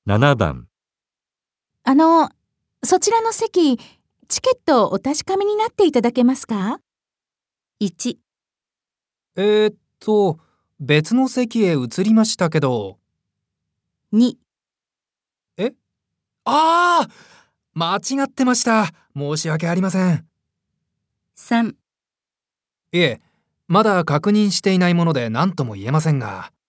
7番。 そちらの席、チケットお確かめになっていただけますか？ 1、 別の席へ移りましたけど。 2、 間違ってました。申し訳ありません。 3 いえ、まだ確認していないもので何とも言えませんが。